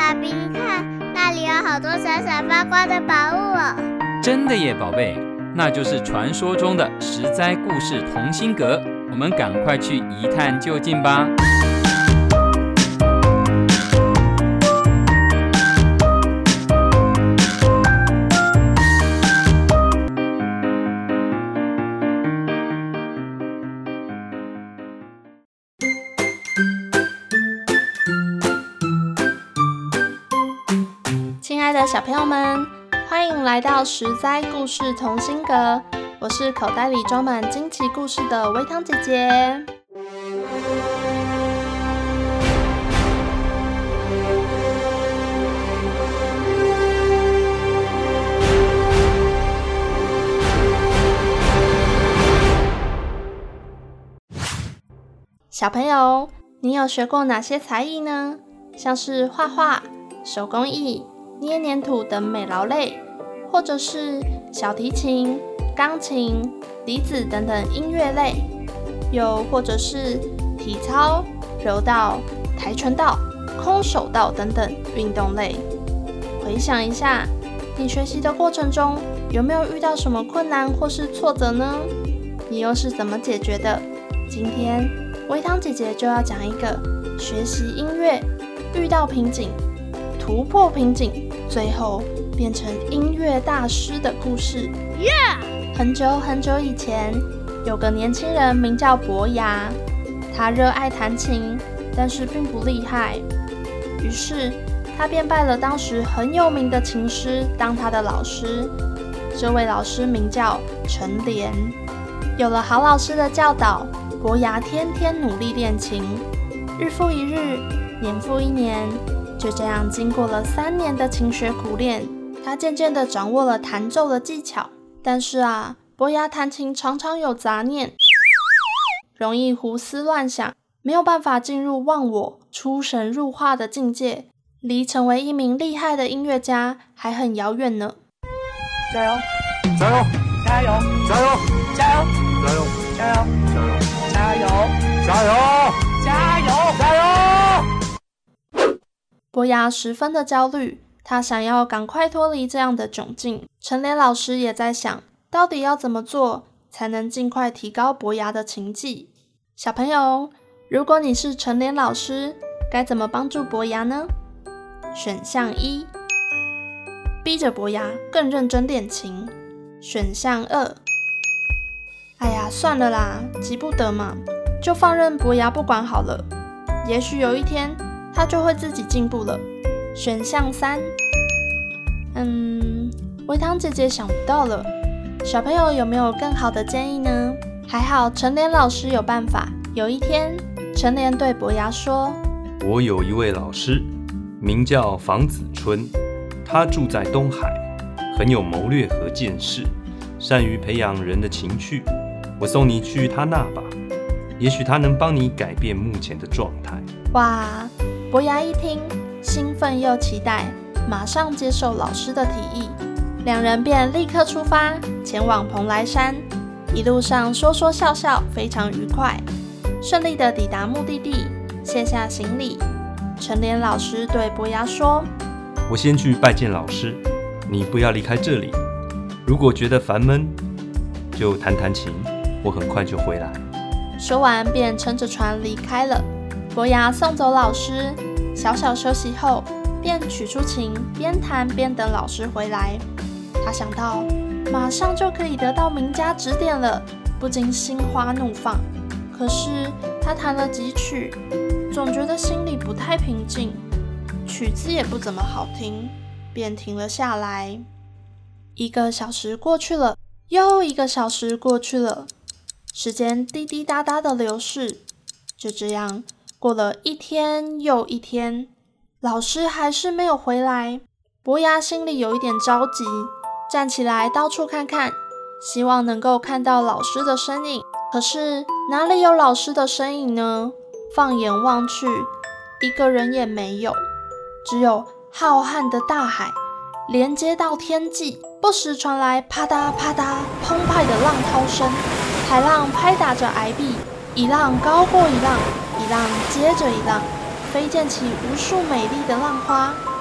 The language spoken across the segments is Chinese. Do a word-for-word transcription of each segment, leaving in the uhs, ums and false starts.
爸比，看那里有好多闪闪发光的宝物哦！ 真的耶，宝贝，那就是传说中的十灾故事同心阁，我们赶快去一探究竟吧。 亲爱的小朋友们，欢迎来到十灾故事同心阁，我是口袋里装满惊奇故事的微汤姐姐。小朋友，你有学过哪些才艺呢？像是画画、手工艺、捏黏土等美劳类，或者是小提琴、钢琴、笛子等等音乐类，又或者是体操、柔道、跆拳道、空手道等等运动类。回想一下，你学习的过程中有没有遇到什么困难或是挫折呢？你又是怎么解决的？今天微汤姐姐就要讲一个学习音乐遇到瓶颈，突破瓶颈，最后变成音乐大师的故事。 Yeah! 很久很久以前，有个年轻人名叫伯牙，他热爱弹琴，但是并不厉害。于是他便拜了当时很有名的琴师当他的老师。这位老师名叫陈莲。有了好老师的教导，伯牙天天努力练琴，日复一日，年复一年。就这样经过了三年的勤学苦练，他渐渐地掌握了弹奏的技巧。但是啊，伯牙弹琴常常有杂念，容易胡思乱想，没有办法进入忘我、出神入化的境界，离成为一名厉害的音乐家还很遥远呢。 加油！加油！加油！加油！加油！加油！加油！加油！加油！加油！加油！ 伯牙十分的焦虑，他想要赶快脱离这样的窘境。陈莲老师也在想，到底要怎么做才能尽快提高伯牙的琴技？小朋友，如果你是陈莲老师，该怎么帮助伯牙呢？选项一，逼着伯牙更认真练琴。选项二，哎呀，算了啦，急不得嘛，就放任伯牙不管好了。也许有一天他就会自己进步了。选项三，嗯，微汤姐姐想不到了。小朋友有没有更好的建议呢？还好陈莲老师有办法。有一天，陈莲对伯牙说： 我有一位老师，名叫房子春，他住在东海，很有谋略和见识，善于培养人的情趣。我送你去他那吧，也许他能帮你改变目前的状态。 哇！伯牙一听，兴奋又期待，马上接受老师的提议。两人便立刻出发，前往蓬莱山。一路上说说笑笑，非常愉快，顺利地抵达目的地，卸下行李。陈莲老师对伯牙说： 我先去拜见老师，你不要离开这里。如果觉得烦闷，就弹弹琴，我很快就回来。 说完便乘着船离开了。伯牙送走老师，小小休息后，便取出琴，边弹边等老师回来。他想到马上就可以得到名家指点了，不禁心花怒放。可是他弹了几曲，总觉得心里不太平静，曲子也不怎么好听，便停了下来。一个小时过去了，又一个小时过去了，时间滴滴答答的流逝。就这样过了一天又一天，老师还是没有回来。伯牙心里有一点着急，站起来到处看看，希望能够看到老师的身影。可是哪里有老师的身影呢？放眼望去，一个人也没有，只有浩瀚的大海连接到天际，不时传来啪嗒啪嗒澎湃的浪涛声，海浪拍打着崖壁，一浪高过一浪，一浪接着一浪，飞溅起无数美丽的浪花，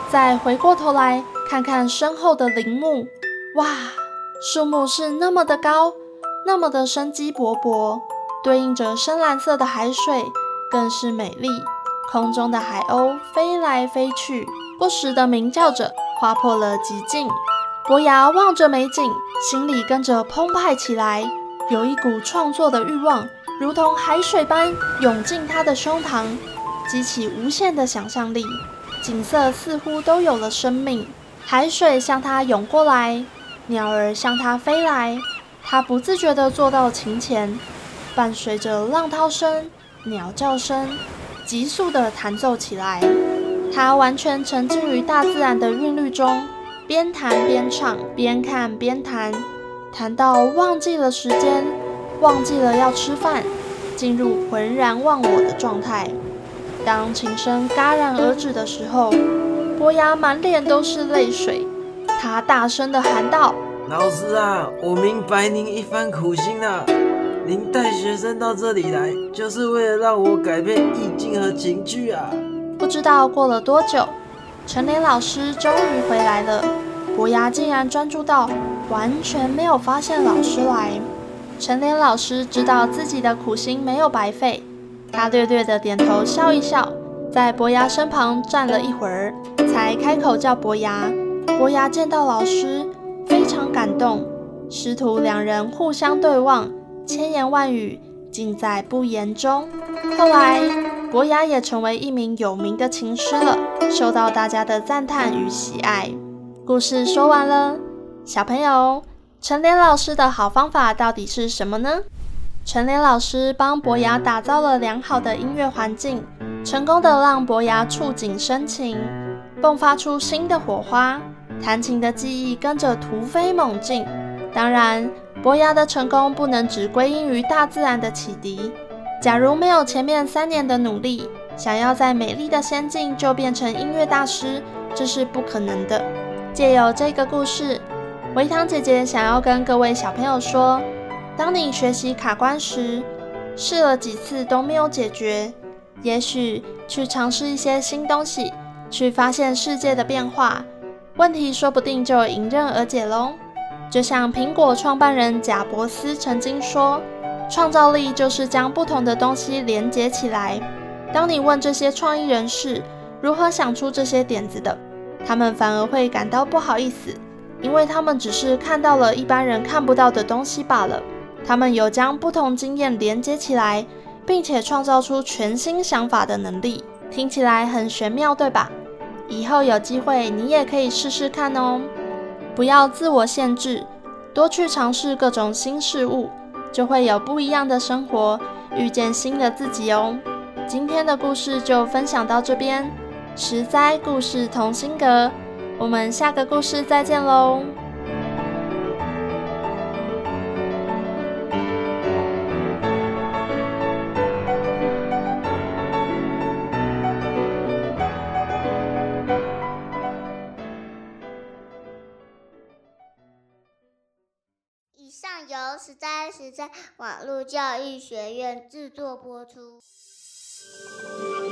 再回过头来看看身后的林木，哇，树木是那么的高，那么的生机勃勃，对应着深蓝色的海水更是美丽。空中的海鸥飞来飞去，不时地鸣叫着，划破了寂静。伯牙望着美景，心里跟着澎湃起来，有一股创作的欲望，如同海水般涌进他的胸膛，激起无限的想象力。景色似乎都有了生命，海水向他涌过来，鸟儿向他飞来，他不自觉地坐到琴前，伴随着浪涛声、鸟叫声，急速地弹奏起来。他完全沉浸于大自然的韵律中，边弹边唱，边看边弹，弹到忘记了时间，忘记了要吃饭，进入浑然忘我的状态。当琴声戛然而止的时候，伯牙满脸都是泪水，他大声地喊道： 老师啊，我明白您一番苦心啊，您带学生到这里来，就是为了让我改变意境和情绪啊。 不知道过了多久，陈莲老师终于回来了，伯牙竟然专注到完全没有发现老师来。陈莲老师知道自己的苦心没有白费，他略略的点头笑一笑，在伯牙身旁站了一会儿，才开口叫伯牙。伯牙见到老师，非常感动，师徒两人互相对望，千言万语尽在不言中。后来，伯牙也成为一名有名的琴师了，受到大家的赞叹与喜爱。故事说完了，小朋友，陈莲老师的好方法到底是什么呢？陈莲老师帮伯牙打造了良好的音乐环境，成功的让伯牙触景生情，迸发出新的火花，弹琴的技艺跟着突飞猛进。当然，伯牙的成功不能只归因于大自然的启迪，假如没有前面三年的努力，想要在美丽的仙境就变成音乐大师，这是不可能的。借由这个故事，维糖姐姐想要跟各位小朋友说，当你学习卡关时，试了几次都没有解决，也许去尝试一些新东西，去发现世界的变化，问题说不定就迎刃而解咯。就像苹果创办人贾伯斯曾经说，创造力就是将不同的东西连结起来。当你问这些创意人士如何想出这些点子的，他们反而会感到不好意思，因为他们只是看到了一般人看不到的东西罢了。他们有将不同经验连接起来，并且创造出全新想法的能力。听起来很玄妙，对吧？以后有机会你也可以试试看哦。不要自我限制，多去尝试各种新事物，就会有不一样的生活，遇见新的自己哦。今天的故事就分享到这边，实在故事同心阁，我们下个故事再见喽。 以上由实在实在网络教育学院制作播出。